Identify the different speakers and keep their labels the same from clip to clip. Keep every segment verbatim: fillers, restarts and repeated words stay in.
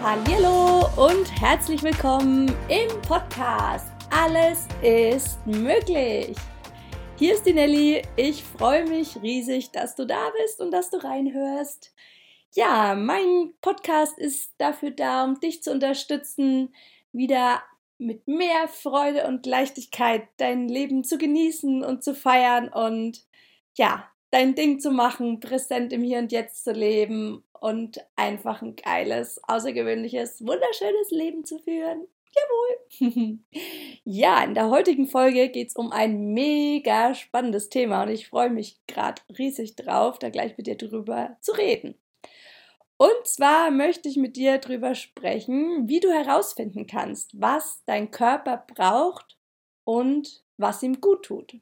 Speaker 1: Hallihallo und herzlich willkommen im Podcast Alles ist möglich. Hier ist die Nelly. Ich freue mich riesig, dass du da bist und dass du reinhörst. Ja, mein Podcast ist dafür da, um dich zu unterstützen, wieder mit mehr Freude und Leichtigkeit dein Leben zu genießen und zu feiern und ja, dein Ding zu machen, präsent im Hier und Jetzt zu leben und einfach ein geiles, außergewöhnliches, wunderschönes Leben zu führen. Jawohl! Ja, in der heutigen Folge geht es um ein mega spannendes Thema und ich freue mich gerade riesig drauf, da gleich mit dir drüber zu reden. Und zwar möchte ich mit dir drüber sprechen, wie du herausfinden kannst, was dein Körper braucht und was ihm gut tut.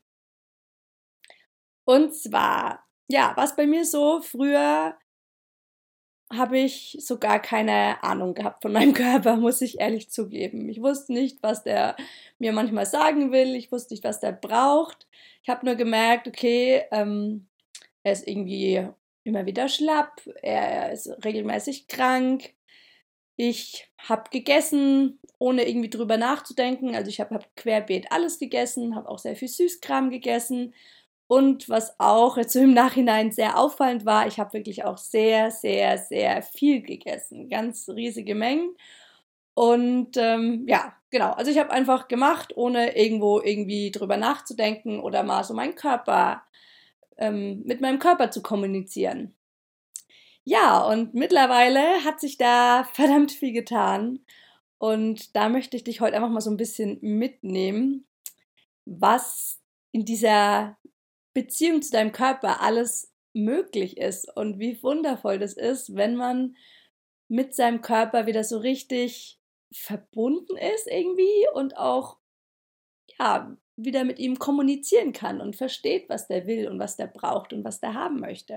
Speaker 1: Und zwar, ja, was bei mir so, früher habe ich so gar keine Ahnung gehabt von meinem Körper, muss ich ehrlich zugeben. Ich wusste nicht, was der mir manchmal sagen will, ich wusste nicht, was der braucht. Ich habe nur gemerkt, okay, ähm, er ist irgendwie immer wieder schlapp, er ist regelmäßig krank. Ich habe gegessen, ohne irgendwie drüber nachzudenken. Also ich habe hab querbeet alles gegessen, habe auch sehr viel Süßkram gegessen. Und was auch jetzt so im Nachhinein sehr auffallend war, ich habe wirklich auch sehr, sehr, sehr viel gegessen. Ganz riesige Mengen. Und ähm, ja, genau. Also ich habe einfach gemacht, ohne irgendwo irgendwie drüber nachzudenken oder mal so meinen Körper, ähm, mit meinem Körper zu kommunizieren. Ja, und mittlerweile hat sich da verdammt viel getan. Und da möchte ich dich heute einfach mal so ein bisschen mitnehmen, was in dieser Beziehung zu deinem Körper alles möglich ist und wie wundervoll das ist, wenn man mit seinem Körper wieder so richtig verbunden ist irgendwie und auch ja, wieder mit ihm kommunizieren kann und versteht, was der will und was der braucht und was der haben möchte.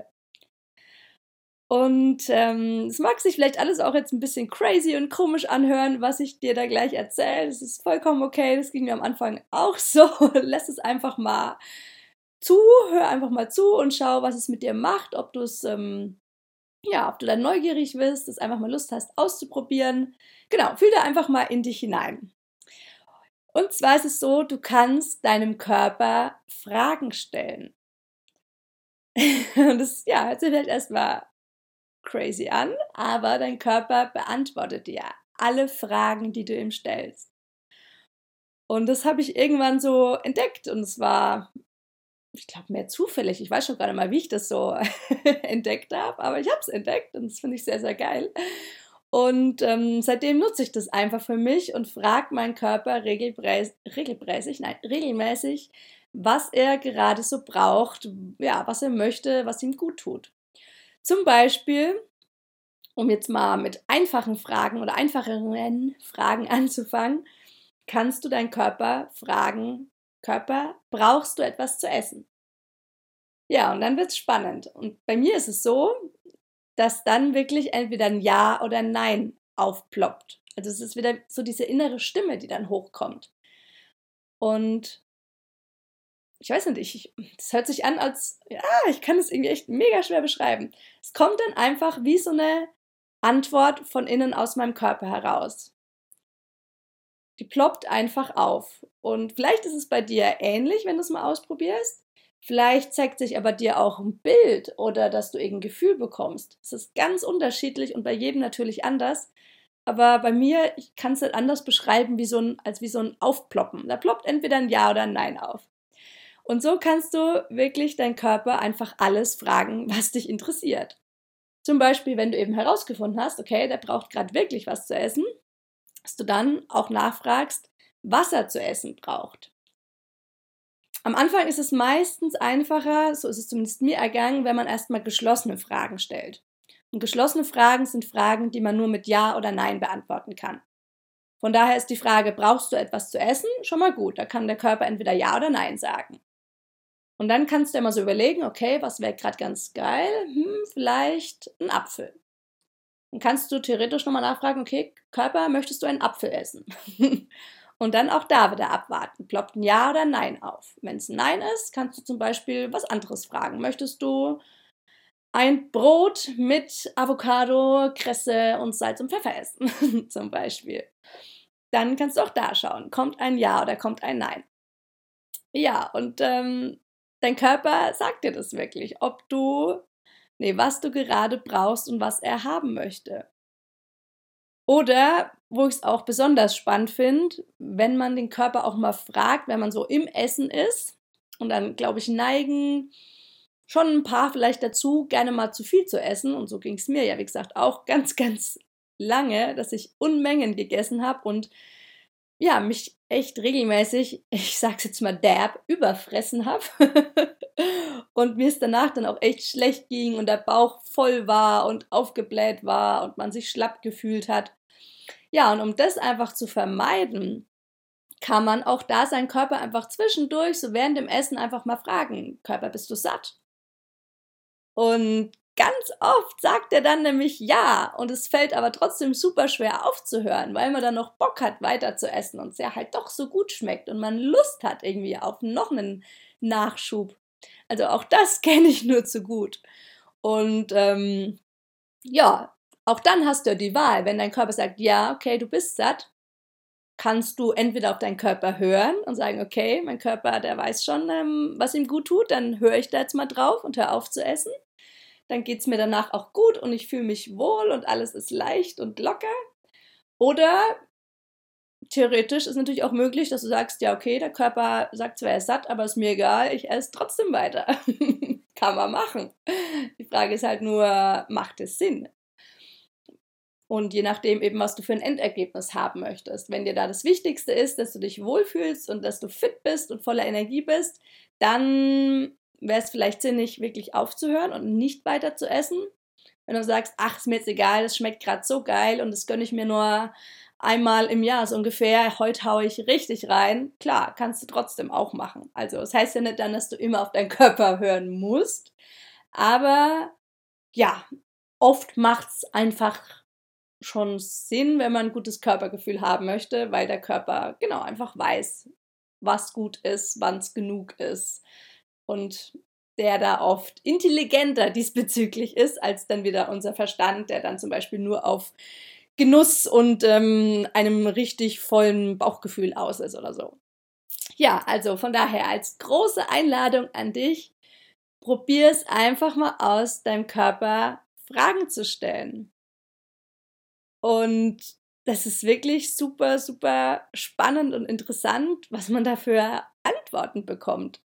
Speaker 1: Und ähm, es mag sich vielleicht alles auch jetzt ein bisschen crazy und komisch anhören, was ich dir da gleich erzähle. Das ist vollkommen okay, das ging mir am Anfang auch so. Lass es einfach mal zu, hör einfach mal zu und schau, was es mit dir macht, ob du es, ähm, ja, ob du da neugierig bist, dass einfach mal Lust hast auszuprobieren. Genau, fühl da einfach mal in dich hinein. Und zwar ist es so, du kannst deinem Körper Fragen stellen. Und das, ja, hört sich vielleicht erstmal crazy an, aber dein Körper beantwortet dir alle Fragen, die du ihm stellst. Und das habe ich irgendwann so entdeckt und es war, ich glaube, mehr zufällig. Ich weiß schon gar nicht mal, wie ich das so entdeckt habe, aber ich habe es entdeckt und das finde ich sehr, sehr geil. Und ähm, seitdem nutze ich das einfach für mich und frage meinen Körper regelmäßig, regelmäßig, nein, regelmäßig, was er gerade so braucht, ja, was er möchte, was ihm gut tut. Zum Beispiel, um jetzt mal mit einfachen Fragen oder einfacheren Fragen anzufangen, kannst du deinen Körper fragen, Körper, brauchst du etwas zu essen? Ja, und dann wird es spannend. Und bei mir ist es so, dass dann wirklich entweder ein Ja oder ein Nein aufploppt. Also es ist wieder so diese innere Stimme, die dann hochkommt. Und ich weiß nicht, ich, das hört sich an als, ja, ich kann es irgendwie echt mega schwer beschreiben. Es kommt dann einfach wie so eine Antwort von innen aus meinem Körper heraus. Die ploppt einfach auf. Und vielleicht ist es bei dir ähnlich, wenn du es mal ausprobierst. Vielleicht zeigt sich aber dir auch ein Bild oder dass du irgendein Gefühl bekommst. Es ist ganz unterschiedlich und bei jedem natürlich anders. Aber bei mir, ich kann es nicht anders beschreiben wie so ein, als wie so ein Aufploppen. Da ploppt entweder ein Ja oder ein Nein auf. Und so kannst du wirklich deinen Körper einfach alles fragen, was dich interessiert. Zum Beispiel, wenn du eben herausgefunden hast, okay, der braucht gerade wirklich was zu essen, dass du dann auch nachfragst, was er zu essen braucht. Am Anfang ist es meistens einfacher, so ist es zumindest mir ergangen, wenn man erstmal geschlossene Fragen stellt. Und geschlossene Fragen sind Fragen, die man nur mit Ja oder Nein beantworten kann. Von daher ist die Frage, brauchst du etwas zu essen? Schon mal gut, da kann der Körper entweder Ja oder Nein sagen. Und dann kannst du ja mal so überlegen, okay, was wäre gerade ganz geil? Hm, vielleicht ein Apfel. Dann kannst du theoretisch nochmal nachfragen, okay, Körper, möchtest du einen Apfel essen? Und dann auch da wieder abwarten. Ploppt ein Ja oder Nein auf. Wenn es ein Nein ist, kannst du zum Beispiel was anderes fragen. Möchtest du ein Brot mit Avocado, Kresse und Salz und Pfeffer essen, zum Beispiel. Dann kannst du auch da schauen, kommt ein Ja oder kommt ein Nein. Ja, und ähm, dein Körper sagt dir das wirklich, ob du, nee, was du gerade brauchst und was er haben möchte. Oder, wo ich es auch besonders spannend finde, wenn man den Körper auch mal fragt, wenn man so im Essen ist, und dann, glaube ich, neigen schon ein paar vielleicht dazu, gerne mal zu viel zu essen. Und so ging es mir ja, wie gesagt, auch ganz, ganz lange, dass ich Unmengen gegessen habe und ja, mich echt regelmäßig, ich sag's jetzt mal derb, überfressen habe. Und mir es danach dann auch echt schlecht ging und der Bauch voll war und aufgebläht war und man sich schlapp gefühlt hat. Ja, und um das einfach zu vermeiden, kann man auch da seinen Körper einfach zwischendurch, so während dem Essen, einfach mal fragen: Körper, bist du satt? Und ganz oft sagt er dann nämlich ja. Und es fällt aber trotzdem super schwer aufzuhören, weil man dann noch Bock hat, weiter zu essen und es ja halt doch so gut schmeckt und man Lust hat irgendwie auf noch einen Nachschub. Also auch das kenne ich nur zu gut. Und ähm, ja, auch dann hast du ja die Wahl. Wenn dein Körper sagt, ja, okay, du bist satt, kannst du entweder auf deinen Körper hören und sagen, okay, mein Körper, der weiß schon, ähm, was ihm gut tut, dann höre ich da jetzt mal drauf und höre auf zu essen. Dann geht es mir danach auch gut und ich fühle mich wohl und alles ist leicht und locker. Oder theoretisch ist natürlich auch möglich, dass du sagst, ja, okay, der Körper sagt zwar, er ist satt, aber ist mir egal, ich esse trotzdem weiter. Kann man machen. Die Frage ist halt nur, macht es Sinn? Und je nachdem eben, was du für ein Endergebnis haben möchtest. Wenn dir da das Wichtigste ist, dass du dich wohlfühlst und dass du fit bist und voller Energie bist, dann wäre es vielleicht sinnig, wirklich aufzuhören und nicht weiter zu essen. Wenn du sagst, ach, ist mir jetzt egal, das schmeckt gerade so geil und das gönne ich mir nur einmal im Jahr so ungefähr, heute haue ich richtig rein. Klar, kannst du trotzdem auch machen. Also das heißt ja nicht dann, dass du immer auf deinen Körper hören musst, aber ja, oft macht es einfach schon Sinn, wenn man ein gutes Körpergefühl haben möchte, weil der Körper genau einfach weiß, was gut ist, wann es genug ist und der da oft intelligenter diesbezüglich ist als dann wieder unser Verstand, der dann zum Beispiel nur auf Genuss und ähm, einem richtig vollen Bauchgefühl aus ist oder so. Ja, also von daher als große Einladung an dich, probier es einfach mal aus, deinem Körper Fragen zu stellen. Und das ist wirklich super, super spannend und interessant, was man da für Antworten bekommt.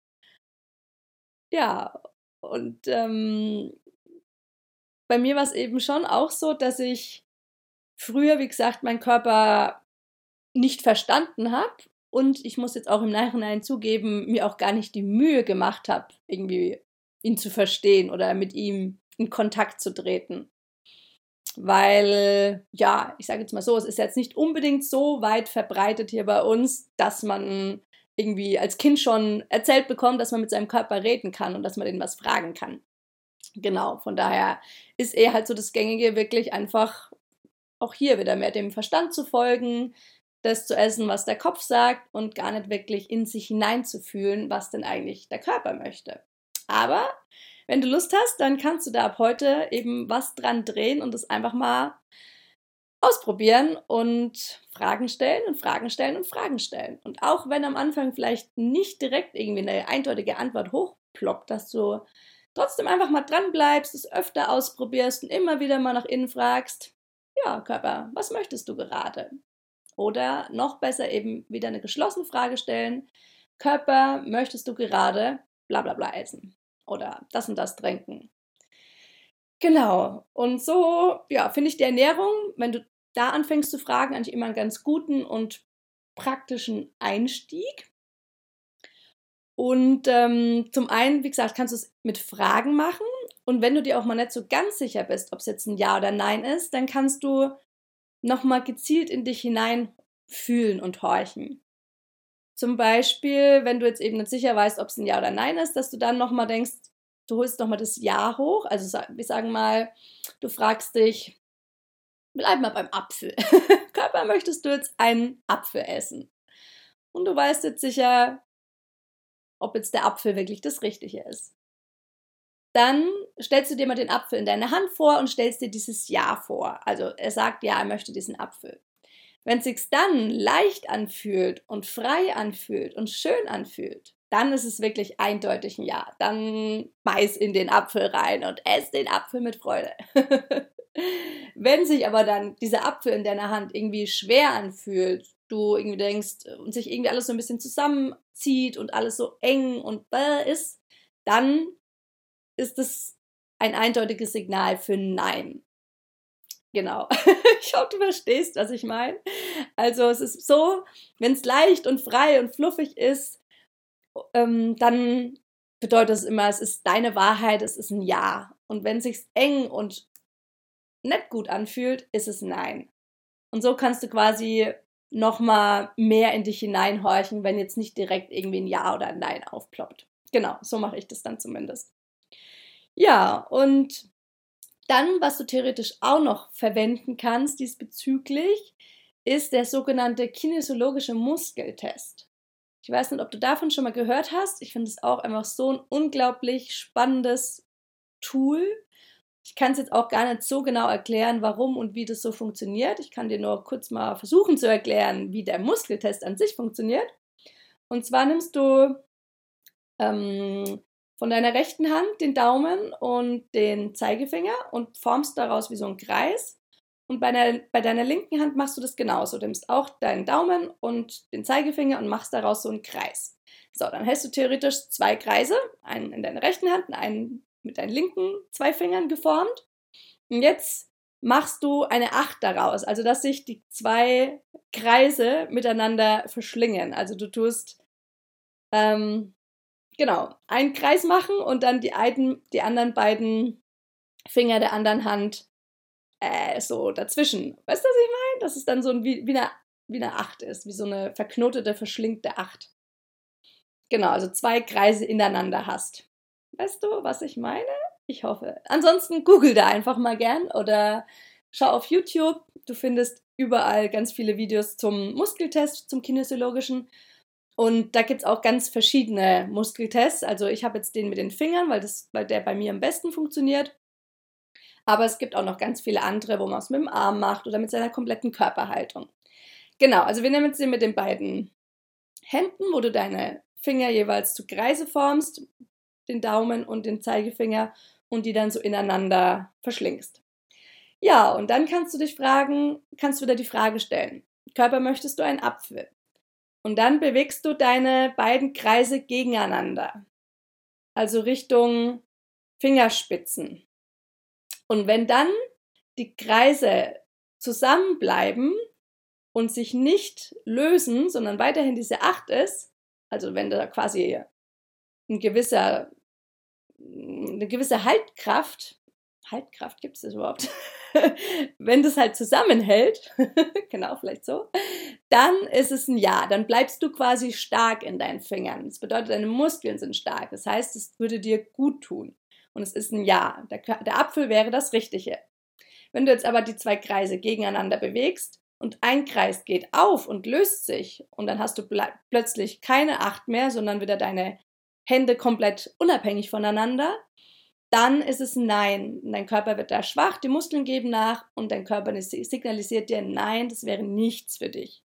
Speaker 1: Ja, und ähm, bei mir war es eben schon auch so, dass ich früher, wie gesagt, meinen Körper nicht verstanden habe und ich muss jetzt auch im Nachhinein zugeben, mir auch gar nicht die Mühe gemacht habe, irgendwie ihn zu verstehen oder mit ihm in Kontakt zu treten. Weil, ja, ich sage jetzt mal so, es ist jetzt nicht unbedingt so weit verbreitet hier bei uns, dass man irgendwie als Kind schon erzählt bekommt, dass man mit seinem Körper reden kann und dass man den was fragen kann. Genau, von daher ist eher halt so das Gängige wirklich einfach auch hier wieder mehr dem Verstand zu folgen, das zu essen, was der Kopf sagt und gar nicht wirklich in sich hineinzufühlen, was denn eigentlich der Körper möchte. Aber wenn du Lust hast, dann kannst du da ab heute eben was dran drehen und es einfach mal ausprobieren und Fragen stellen und Fragen stellen und Fragen stellen. Und auch wenn am Anfang vielleicht nicht direkt irgendwie eine eindeutige Antwort hochploppt, dass du trotzdem einfach mal dran bleibst, es öfter ausprobierst und immer wieder mal nach innen fragst, ja, Körper, was möchtest du gerade? Oder noch besser eben wieder eine geschlossene Frage stellen, Körper, möchtest du gerade bla bla bla essen? Oder das und das trinken? Genau. Und so, ja, finde ich die Ernährung, wenn du da anfängst zu fragen, eigentlich immer einen ganz guten und praktischen Einstieg. Und ähm, zum einen, wie gesagt, kannst du es mit Fragen machen. Und wenn du dir auch mal nicht so ganz sicher bist, ob es jetzt ein Ja oder Nein ist, dann kannst du nochmal gezielt in dich hinein fühlen und horchen. Zum Beispiel, wenn du jetzt eben nicht sicher weißt, ob es ein Ja oder Nein ist, dass du dann nochmal denkst, du holst nochmal das Ja hoch. Also wir sagen mal, du fragst dich, bleib mal beim Apfel. Körper, möchtest du jetzt einen Apfel essen? Und du weißt jetzt sicher, ob jetzt der Apfel wirklich das Richtige ist. Dann stellst du dir mal den Apfel in deine Hand vor und stellst dir dieses Ja vor. Also er sagt, ja, er möchte diesen Apfel. Wenn es sich dann leicht anfühlt und frei anfühlt und schön anfühlt, dann ist es wirklich eindeutig ein Ja. Dann beiß in den Apfel rein und ess den Apfel mit Freude. Wenn sich aber dann dieser Apfel in deiner Hand irgendwie schwer anfühlt, du irgendwie denkst und sich irgendwie alles so ein bisschen zusammenzieht und alles so eng und bäh ist, dann ist es ein eindeutiges Signal für Nein. Genau. Ich hoffe, du verstehst, was ich meine. Also es ist so, wenn es leicht und frei und fluffig ist, ähm, dann bedeutet es immer, es ist deine Wahrheit, es ist ein Ja. Und wenn es sich eng und nicht gut anfühlt, ist es Nein. Und so kannst du quasi nochmal mehr in dich hineinhorchen, wenn jetzt nicht direkt irgendwie ein Ja oder ein Nein aufploppt. Genau, so mache ich das dann zumindest. Ja, und dann, was du theoretisch auch noch verwenden kannst diesbezüglich, ist der sogenannte kinesiologische Muskeltest. Ich weiß nicht, ob du davon schon mal gehört hast. Ich finde es auch einfach so ein unglaublich spannendes Tool. Ich kann es jetzt auch gar nicht so genau erklären, warum und wie das so funktioniert. Ich kann dir nur kurz mal versuchen zu erklären, wie der Muskeltest an sich funktioniert. Und zwar nimmst du ähm, von deiner rechten Hand den Daumen und den Zeigefinger und formst daraus wie so einen Kreis. Und bei, der, bei deiner linken Hand machst du das genauso. Du nimmst auch deinen Daumen und den Zeigefinger und machst daraus so einen Kreis. So, dann hältst du theoretisch zwei Kreise, einen in deiner rechten Hand und einen mit deinen linken zwei Fingern geformt. Und jetzt machst du eine Acht daraus, also dass sich die zwei Kreise miteinander verschlingen. Also du tust ähm, genau einen Kreis machen und dann die, einen, die anderen beiden Finger der anderen Hand äh, so dazwischen. Weißt du, was ich meine? Dass es dann so ein, wie, wie, eine, wie eine Acht ist, wie so eine verknotete, verschlingte Acht. Genau, also zwei Kreise ineinander hast. Weißt du, was ich meine? Ich hoffe. Ansonsten google da einfach mal gern oder schau auf YouTube. Du findest überall ganz viele Videos zum Muskeltest, zum kinesiologischen. Und da gibt es auch ganz verschiedene Muskeltests. Also ich habe jetzt den mit den Fingern, weil, das, weil der bei mir am besten funktioniert. Aber es gibt auch noch ganz viele andere, wo man es mit dem Arm macht oder mit seiner kompletten Körperhaltung. Genau, also wir nehmen jetzt den mit den beiden Händen, wo du deine Finger jeweils zu Kreise formst, den Daumen und den Zeigefinger und die dann so ineinander verschlingst. Ja, und dann kannst du dich fragen, kannst du wieder die Frage stellen, Körper, möchtest du einen Apfel? Und dann bewegst du deine beiden Kreise gegeneinander, also Richtung Fingerspitzen. Und wenn dann die Kreise zusammenbleiben und sich nicht lösen, sondern weiterhin diese Acht ist, also wenn da quasi ein gewisser, eine gewisse Haltkraft, Haltkraft gibt es das überhaupt? Wenn das halt zusammenhält, genau, vielleicht so, dann ist es ein Ja, dann bleibst du quasi stark in deinen Fingern. Das bedeutet, deine Muskeln sind stark, das heißt, es würde dir gut tun. Und es ist ein Ja, der, der Apfel wäre das Richtige. Wenn du jetzt aber die zwei Kreise gegeneinander bewegst und ein Kreis geht auf und löst sich und dann hast du plötzlich keine Acht mehr, sondern wieder deine Hände komplett unabhängig voneinander, dann ist es Nein. Dein Körper wird da schwach, die Muskeln geben nach und dein Körper signalisiert dir, nein, das wäre nichts für dich.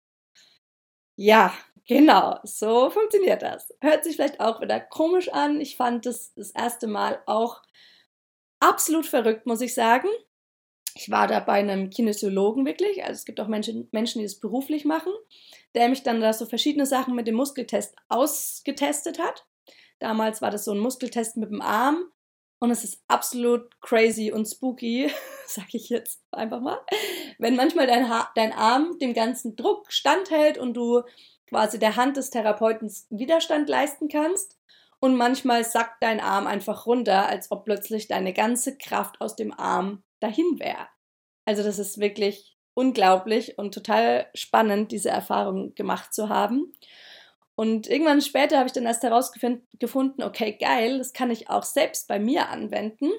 Speaker 1: Ja, genau, so funktioniert das. Hört sich vielleicht auch wieder komisch an. Ich fand das das erste Mal auch absolut verrückt, muss ich sagen. Ich war da bei einem Kinesiologen wirklich, also es gibt auch Menschen, Menschen, die das beruflich machen, der mich dann da so verschiedene Sachen mit dem Muskeltest ausgetestet hat. Damals war das so ein Muskeltest mit dem Arm und es ist absolut crazy und spooky, sag ich jetzt einfach mal, wenn manchmal dein, ha- dein Arm dem ganzen Druck standhält und du quasi der Hand des Therapeuten Widerstand leisten kannst und manchmal sackt dein Arm einfach runter, als ob plötzlich deine ganze Kraft aus dem Arm dahin wäre. Also das ist wirklich unglaublich und total spannend, diese Erfahrung gemacht zu haben. Und irgendwann später habe ich dann erst herausgefunden, okay, geil, das kann ich auch selbst bei mir anwenden.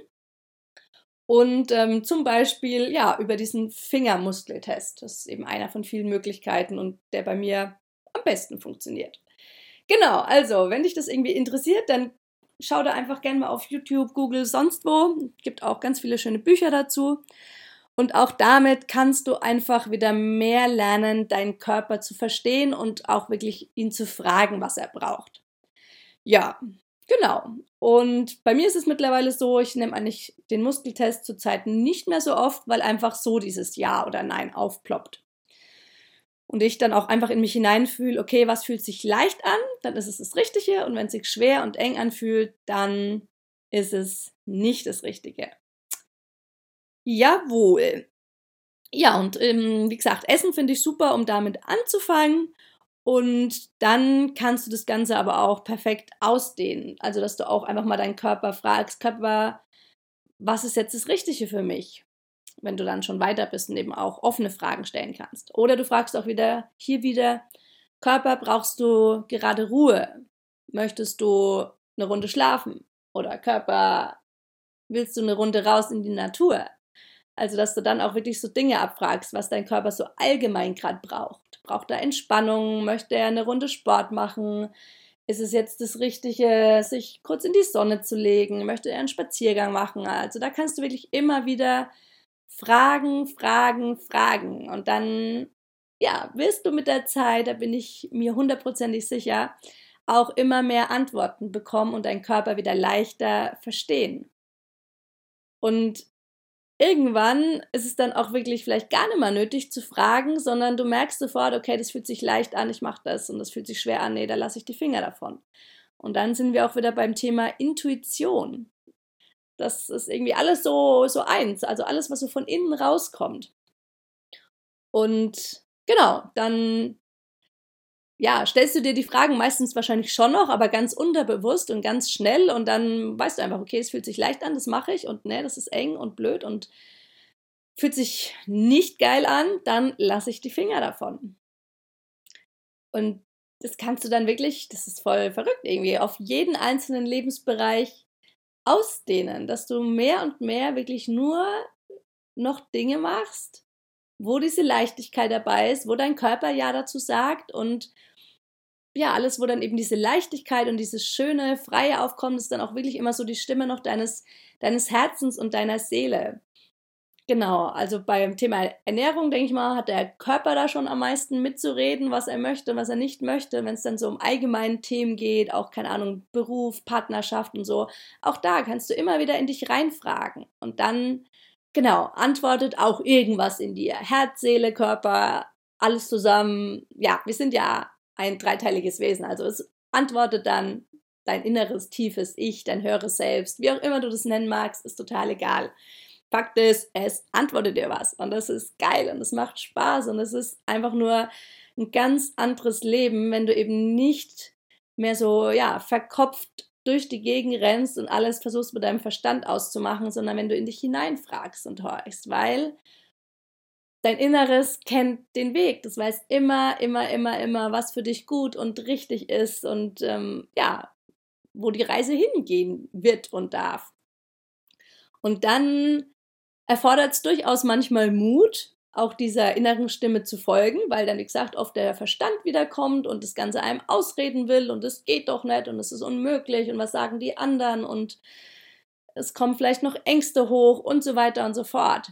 Speaker 1: Und ähm, zum Beispiel, ja, über diesen Fingermuskeltest. Das ist eben einer von vielen Möglichkeiten und der bei mir am besten funktioniert. Genau, also, wenn dich das irgendwie interessiert, dann schau da einfach gerne mal auf YouTube, Google, sonst wo. Es gibt auch ganz viele schöne Bücher dazu. Und auch damit kannst du einfach wieder mehr lernen, deinen Körper zu verstehen und auch wirklich ihn zu fragen, was er braucht. Ja, genau. Und bei mir ist es mittlerweile so, ich nehme eigentlich den Muskeltest zurzeit nicht mehr so oft, weil einfach so dieses Ja oder Nein aufploppt. Und ich dann auch einfach in mich hineinfühle, okay, was fühlt sich leicht an, dann ist es das Richtige. Und wenn es sich schwer und eng anfühlt, dann ist es nicht das Richtige. Jawohl. Ja, und ähm, wie gesagt, Essen finde ich super, um damit anzufangen. Und dann kannst du das Ganze aber auch perfekt ausdehnen. Also, dass du auch einfach mal deinen Körper fragst, Körper, was ist jetzt das Richtige für mich? Wenn du dann schon weiter bist und eben auch offene Fragen stellen kannst. Oder du fragst auch wieder, hier wieder, Körper, brauchst du gerade Ruhe? Möchtest du eine Runde schlafen? Oder Körper, willst du eine Runde raus in die Natur? Also, dass du dann auch wirklich so Dinge abfragst, was dein Körper so allgemein gerade braucht. Braucht er Entspannung? Möchte er eine Runde Sport machen? Ist es jetzt das Richtige, sich kurz in die Sonne zu legen? Möchte er einen Spaziergang machen? Also, da kannst du wirklich immer wieder fragen, fragen, fragen. Und dann, ja, wirst du mit der Zeit, da bin ich mir hundertprozentig sicher, auch immer mehr Antworten bekommen und deinen Körper wieder leichter verstehen. Und irgendwann ist es dann auch wirklich vielleicht gar nicht mehr nötig zu fragen, sondern du merkst sofort, okay, das fühlt sich leicht an, ich mache das, und das fühlt sich schwer an, nee, da lasse ich die Finger davon. Und dann sind wir auch wieder beim Thema Intuition. Das ist irgendwie alles so, so eins, also alles, was so von innen rauskommt. Und genau, dann ja, stellst du dir die Fragen meistens wahrscheinlich schon noch, aber ganz unterbewusst und ganz schnell, und dann weißt du einfach, okay, es fühlt sich leicht an, das mache ich, und ne, das ist eng und blöd und fühlt sich nicht geil an, dann lasse ich die Finger davon. Und das kannst du dann wirklich, das ist voll verrückt irgendwie, auf jeden einzelnen Lebensbereich ausdehnen, dass du mehr und mehr wirklich nur noch Dinge machst, wo diese Leichtigkeit dabei ist, wo dein Körper ja dazu sagt, und ja, alles, wo dann eben diese Leichtigkeit und dieses schöne, freie Aufkommen, ist dann auch wirklich immer so die Stimme noch deines, deines Herzens und deiner Seele. Genau, also beim Thema Ernährung, denke ich mal, hat der Körper da schon am meisten mitzureden, was er möchte und was er nicht möchte. Wenn es dann so um allgemeine Themen geht, auch, keine Ahnung, Beruf, Partnerschaft und so, auch da kannst du immer wieder in dich reinfragen. Und dann, genau, antwortet auch irgendwas in dir. Herz, Seele, Körper, alles zusammen. Ja, wir sind ja ein dreiteiliges Wesen, also es antwortet dann dein inneres, tiefes Ich, dein höheres Selbst, wie auch immer du das nennen magst, ist total egal. Fakt ist, es antwortet dir was, und das ist geil und es macht Spaß, und es ist einfach nur ein ganz anderes Leben, wenn du eben nicht mehr so, ja, verkopft durch die Gegend rennst und alles versuchst mit deinem Verstand auszumachen, sondern wenn du in dich hineinfragst und horchst, weil dein Inneres kennt den Weg. Das weiß immer, immer, immer, immer, was für dich gut und richtig ist, und ähm, ja, wo die Reise hingehen wird und darf. Und dann erfordert es durchaus manchmal Mut, auch dieser inneren Stimme zu folgen, weil dann, wie gesagt, oft der Verstand wiederkommt und das Ganze einem ausreden will, und es geht doch nicht und es ist unmöglich und was sagen die anderen, und es kommen vielleicht noch Ängste hoch und so weiter und so fort.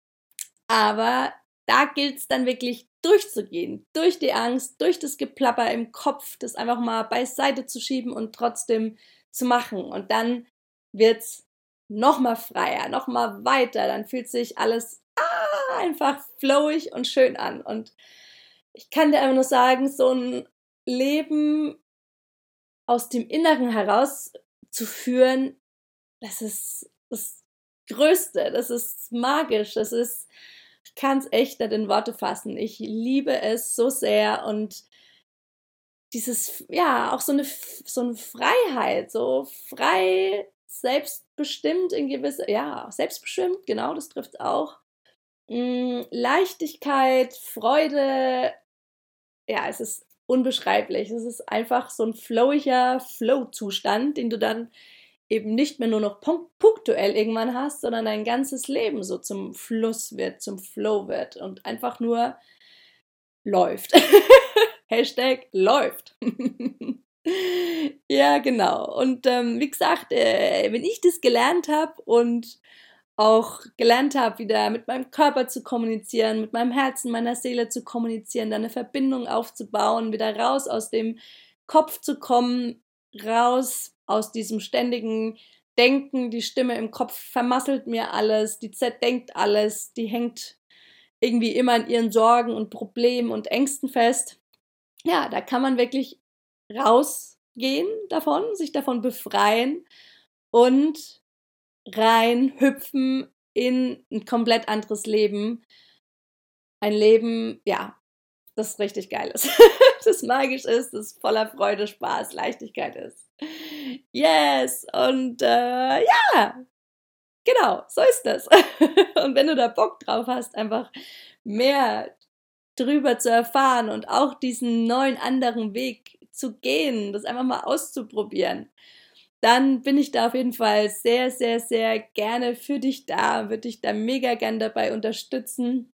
Speaker 1: Aber da gilt es dann wirklich durchzugehen, durch die Angst, durch das Geplapper im Kopf, das einfach mal beiseite zu schieben und trotzdem zu machen. Und dann wird es noch mal freier, noch mal weiter. Dann fühlt sich alles ah, einfach flowig und schön an. Und ich kann dir einfach nur sagen, so ein Leben aus dem Inneren heraus zu führen, das ist das Größte, das ist magisch, das ist, ich kann es echt nicht in Worte fassen. Ich liebe es so sehr, und dieses, ja, auch so eine, so eine Freiheit, so frei, selbstbestimmt in gewisse, ja, selbstbestimmt, genau, das trifft es auch. Mm, Leichtigkeit, Freude, ja, es ist unbeschreiblich. Es ist einfach so ein flowiger Flow-Zustand, den du dann eben nicht mehr nur noch punktuell irgendwann hast, sondern dein ganzes Leben so zum Fluss wird, zum Flow wird und einfach nur läuft. Hashtag läuft. Ja, genau. Und ähm, wie gesagt, äh, wenn ich das gelernt habe und auch gelernt habe, wieder mit meinem Körper zu kommunizieren, mit meinem Herzen, meiner Seele zu kommunizieren, da eine Verbindung aufzubauen, wieder raus aus dem Kopf zu kommen, raus aus diesem ständigen Denken, die Stimme im Kopf vermasselt mir alles, die zerdenkt alles, die hängt irgendwie immer an ihren Sorgen und Problemen und Ängsten fest. Ja, da kann man wirklich rausgehen davon, sich davon befreien und reinhüpfen in ein komplett anderes Leben. Ein Leben, ja, das richtig geil ist, das magisch ist, das voller Freude, Spaß, Leichtigkeit ist. Yes! Und äh, ja, genau, so ist das. Und wenn du da Bock drauf hast, einfach mehr drüber zu erfahren und auch diesen neuen anderen Weg zu gehen, das einfach mal auszuprobieren, dann bin ich da auf jeden Fall sehr, sehr, sehr gerne für dich da, würde dich da mega gern dabei unterstützen.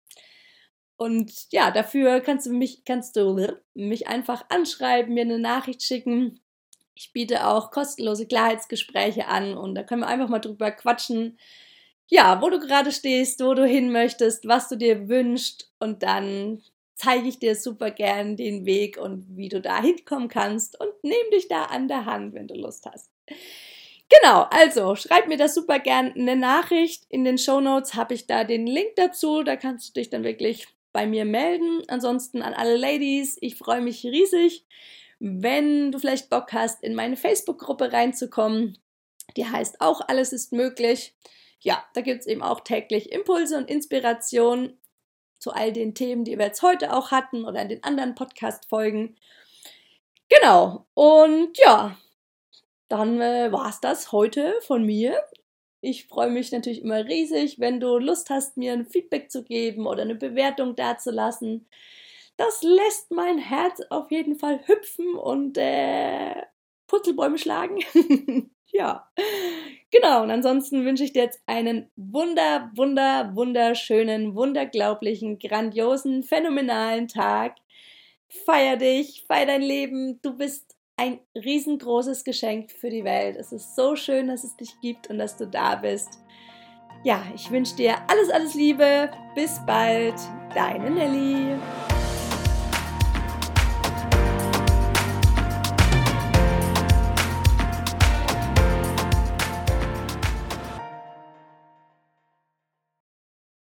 Speaker 1: Und ja, dafür kannst du mich, kannst du mich einfach anschreiben, mir eine Nachricht schicken. Ich biete auch kostenlose Klarheitsgespräche an und da können wir einfach mal drüber quatschen, ja, wo du gerade stehst, wo du hin möchtest, was du dir wünschst und dann zeige ich dir super gern den Weg und wie du da hinkommen kannst und nehme dich da an der Hand, wenn du Lust hast. Genau, also schreib mir das super gern eine Nachricht. In den Shownotes habe ich da den Link dazu, da kannst du dich dann wirklich bei mir melden. Ansonsten an alle Ladies, ich freue mich riesig, wenn du vielleicht Bock hast, in meine Facebook-Gruppe reinzukommen. Die heißt auch Alles ist möglich. Ja, da gibt es eben auch täglich Impulse und Inspiration zu all den Themen, die wir jetzt heute auch hatten oder in den anderen Podcast-Folgen. Genau, und ja, dann äh, war es das heute von mir. Ich freue mich natürlich immer riesig, wenn du Lust hast, mir ein Feedback zu geben oder eine Bewertung dazulassen. Das lässt mein Herz auf jeden Fall hüpfen und äh, Purzelbäume schlagen. Ja, genau. Und ansonsten wünsche ich dir jetzt einen wunder, wunder, wunderschönen, wunderglaublichen, grandiosen, phänomenalen Tag. Feier dich, feier dein Leben. Du bist ein riesengroßes Geschenk für die Welt. Es ist so schön, dass es dich gibt und dass du da bist. Ja, ich wünsche dir alles, alles Liebe. Bis bald. Deine Nelly.